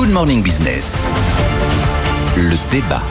Good Morning Business. Le débat.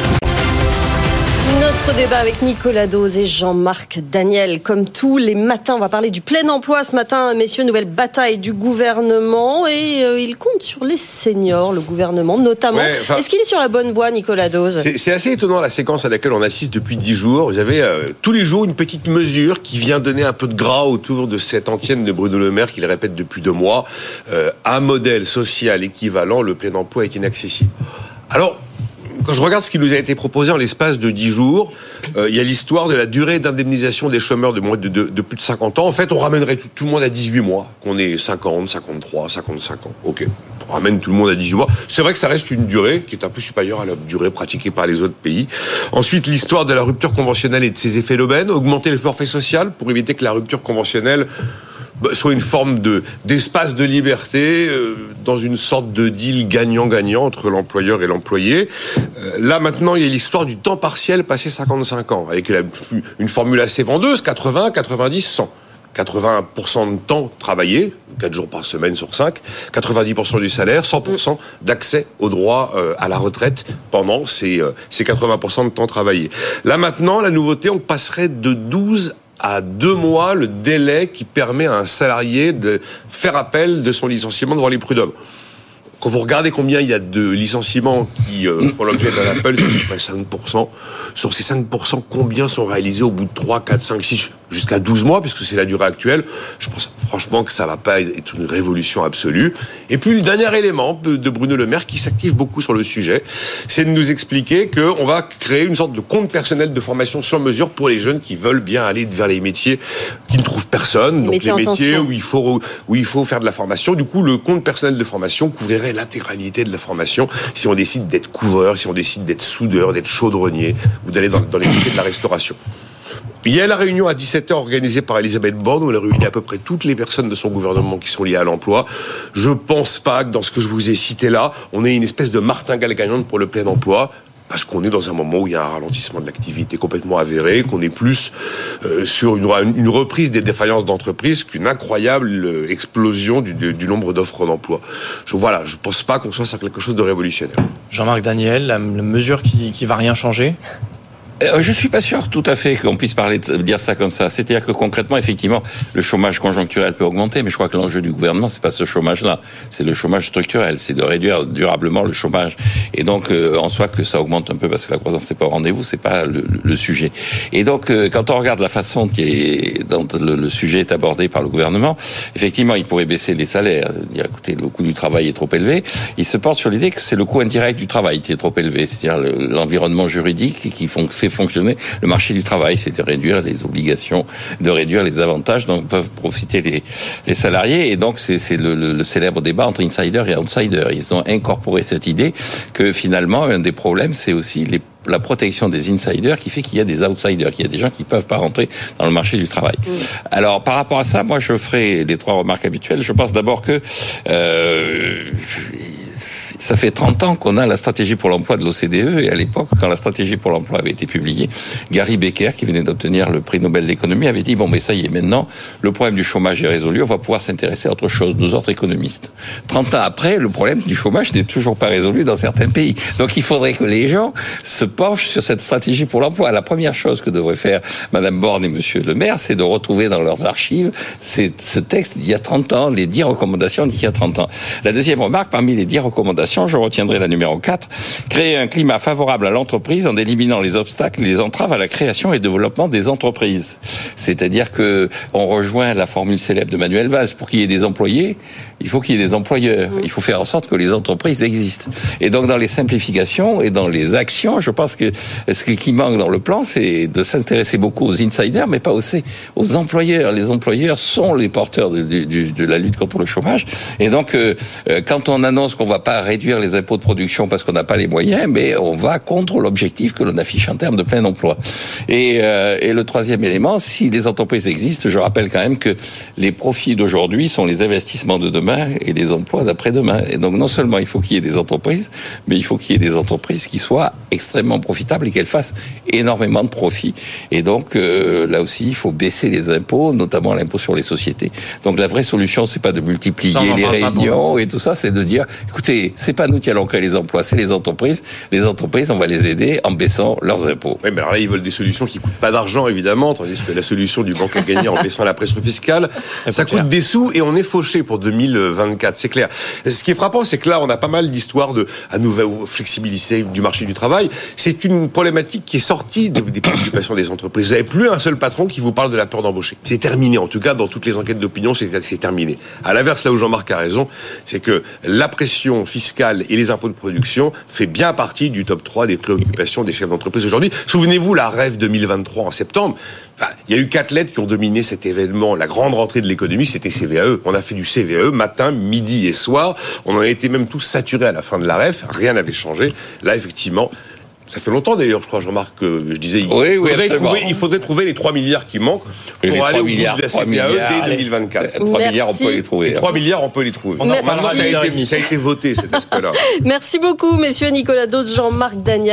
Notre débat avec Nicolas Dose et Jean-Marc Daniel. Comme tous les matins, on va parler du plein emploi. Ce matin, messieurs, nouvelle bataille du gouvernement. Et il compte sur les seniors, le gouvernement notamment. Est-ce qu'il est sur la bonne voie, Nicolas Dose ? C'est assez étonnant la séquence à laquelle on assiste depuis 10 jours. Vous avez tous les jours une petite mesure qui vient donner un peu de gras autour de cette antienne de Bruno Le Maire qui le répète depuis 2 mois. Un modèle social équivalent, le plein emploi est inaccessible. Alors, quand je regarde ce qui nous a été proposé en l'espace de 10 jours, il y a l'histoire de la durée d'indemnisation des chômeurs de plus de 50 ans. En fait, on ramènerait tout le monde à 18 mois, qu'on ait 50, 53, 55 ans. Ok, on ramène tout le monde à 18 mois. C'est vrai que ça reste une durée qui est un peu supérieure à la durée pratiquée par les autres pays. Ensuite, l'histoire de la rupture conventionnelle et de ses effets d'aubaine. Augmenter le forfait social pour éviter que la rupture conventionnelle soit une forme d'espace de liberté dans une sorte de deal gagnant-gagnant entre l'employeur et l'employé. Là, maintenant, il y a l'histoire du temps partiel passé 55 ans, avec une formule assez vendeuse, 80, 90, 100. 80% de temps travaillé, 4 jours par semaine sur 5, 90% du salaire, 100% d'accès au droit à la retraite pendant ces 80% de temps travaillé. Là, maintenant, la nouveauté, on passerait de 12 à 2 mois le délai qui permet à un salarié de faire appel de son licenciement devant les prud'hommes. Quand vous regardez combien il y a de licenciements qui font l'objet d'un appel, c'est à peu près 5%. Sur ces 5%, combien sont réalisés au bout de 3, 4, 5, 6, jusqu'à 12 mois, puisque c'est la durée actuelle. Je pense franchement que ça ne va pas être une révolution absolue. Et puis le dernier élément de Bruno Le Maire qui s'active beaucoup sur le sujet, c'est de nous expliquer qu'on va créer une sorte de compte personnel de formation sur mesure pour les jeunes qui veulent bien aller vers les métiers qui ne trouvent personne. Donc les métiers où il faut faire de la formation. Du coup, le compte personnel de formation couvrirait l'intégralité de la formation si on décide d'être couvreur, si on décide d'être soudeur, d'être chaudronnier ou d'aller dans les métiers de la restauration. Il y a la réunion à 17h organisée par Elisabeth Borne où elle a réuni à peu près toutes les personnes de son gouvernement qui sont liées à l'emploi. Je pense pas que dans ce que je vous ai cité là, on ait une espèce de martingale gagnante pour le plein emploi. Parce qu'on est dans un moment où il y a un ralentissement de l'activité complètement avéré, qu'on est plus sur une reprise des défaillances d'entreprises qu'une incroyable explosion du nombre d'offres d'emploi. Je pense pas qu'on soit sur quelque chose de révolutionnaire. Jean-Marc Daniel, la mesure qui va rien changer ? Je suis pas sûr tout à fait qu'on puisse dire ça comme ça. C'est-à-dire que concrètement, effectivement, le chômage conjoncturel peut augmenter, mais je crois que l'enjeu du gouvernement, c'est pas ce chômage-là, c'est le chômage structurel, c'est de réduire durablement le chômage. Et donc, en soi, que ça augmente un peu parce que la croissance n'est pas au rendez-vous, c'est pas le sujet. Et donc, quand on regarde la façon dont le sujet est abordé par le gouvernement, effectivement, il pourrait baisser les salaires, dire, écoutez, le coût du travail est trop élevé. Il se porte sur l'idée que c'est le coût indirect du travail qui est trop élevé, c'est-à-dire l'environnement juridique qui fait fonctionner le marché du travail, c'est de réduire les obligations, de réduire les avantages dont peuvent profiter les salariés. Et donc, c'est le célèbre débat entre insiders et outsiders. Ils ont incorporé cette idée que finalement, un des problèmes, c'est aussi la protection des insiders qui fait qu'il y a des outsiders, qu'il y a des gens qui peuvent pas rentrer dans le marché du travail. Alors, par rapport à ça, moi, je ferai les 3 remarques habituelles. Je pense d'abord que ça fait 30 ans qu'on a la stratégie pour l'emploi de l'OCDE, et à l'époque, quand la stratégie pour l'emploi avait été publiée, Gary Becker, qui venait d'obtenir le prix Nobel d'économie, avait dit, bon, mais ça y est, maintenant, le problème du chômage est résolu, on va pouvoir s'intéresser à autre chose, nous autres économistes. 30 ans après, le problème du chômage n'est toujours pas résolu dans certains pays. Donc, il faudrait que les gens se penchent sur cette stratégie pour l'emploi. La première chose que devraient faire Madame Borne et Monsieur Le Maire, c'est de retrouver dans leurs archives ce texte d'il y a 30 ans, les 10 recommandations d'il y a 30 ans. La deuxième remarque, parmi les 10 recommandations, je retiendrai la numéro 4, créer un climat favorable à l'entreprise en éliminant les obstacles et les entraves à la création et développement des entreprises. C'est-à-dire que on rejoint la formule célèbre de Manuel Valls, pour qu'il y ait des employés, il faut qu'il y ait des employeurs. Il faut faire en sorte que les entreprises existent. Et donc, dans les simplifications et dans les actions, je pense que ce qui manque dans le plan, c'est de s'intéresser beaucoup aux insiders, mais pas aussi aux employeurs. Les employeurs sont les porteurs de la lutte contre le chômage. Et donc, quand on annonce qu'on va pas réduire les impôts de production parce qu'on n'a pas les moyens, mais on va contre l'objectif que l'on affiche en termes de plein emploi. Et le troisième élément, si les entreprises existent, je rappelle quand même que les profits d'aujourd'hui sont les investissements de demain et les emplois d'après-demain. Et donc, non seulement il faut qu'il y ait des entreprises, mais il faut qu'il y ait des entreprises qui soient extrêmement profitables et qu'elles fassent énormément de profits. Et donc, là aussi, il faut baisser les impôts, notamment l'impôt sur les sociétés. Donc, la vraie solution, c'est pas de multiplier les réunions et tout ça, c'est de dire, écoutez, écoutez, c'est pas nous qui allons créer les emplois, c'est les entreprises. Les entreprises, on va les aider en baissant leurs impôts. Oui, mais alors là, ils veulent des solutions qui coûtent pas d'argent, évidemment, tandis que la solution du banque à gagner en baissant la pression fiscale, ça coûte des sous et on est fauché pour 2024, c'est clair. Ce qui est frappant, c'est que là, on a pas mal d'histoires de à nouveau flexibiliser du marché du travail. C'est une problématique qui est sortie des préoccupations des entreprises. Vous n'avez plus un seul patron qui vous parle de la peur d'embaucher. C'est terminé. En tout cas, dans toutes les enquêtes d'opinion, c'est terminé. À l'inverse, là où Jean-Marc a raison, c'est que la pression fiscale et les impôts de production fait bien partie du top 3 des préoccupations des chefs d'entreprise aujourd'hui. Souvenez-vous, la REF 2023 en septembre, il y a eu 4 lettres qui ont dominé cet événement. La grande rentrée de l'économie, c'était CVAE. On a fait du CVAE matin, midi et soir. On en a été même tous saturés à la fin de la REF. Rien n'avait changé. Là, effectivement, ça fait longtemps d'ailleurs, je crois, Jean-Marc, que je disais, il faudrait trouver les 3 milliards qui manquent pour aller au bout de la CVAE dès 2024. 3 milliards, on peut les trouver. Les 3 milliards, on peut les trouver. Ça a été voté, cet aspect-là. Merci beaucoup, messieurs Nicolas Dos, Jean-Marc Daniel.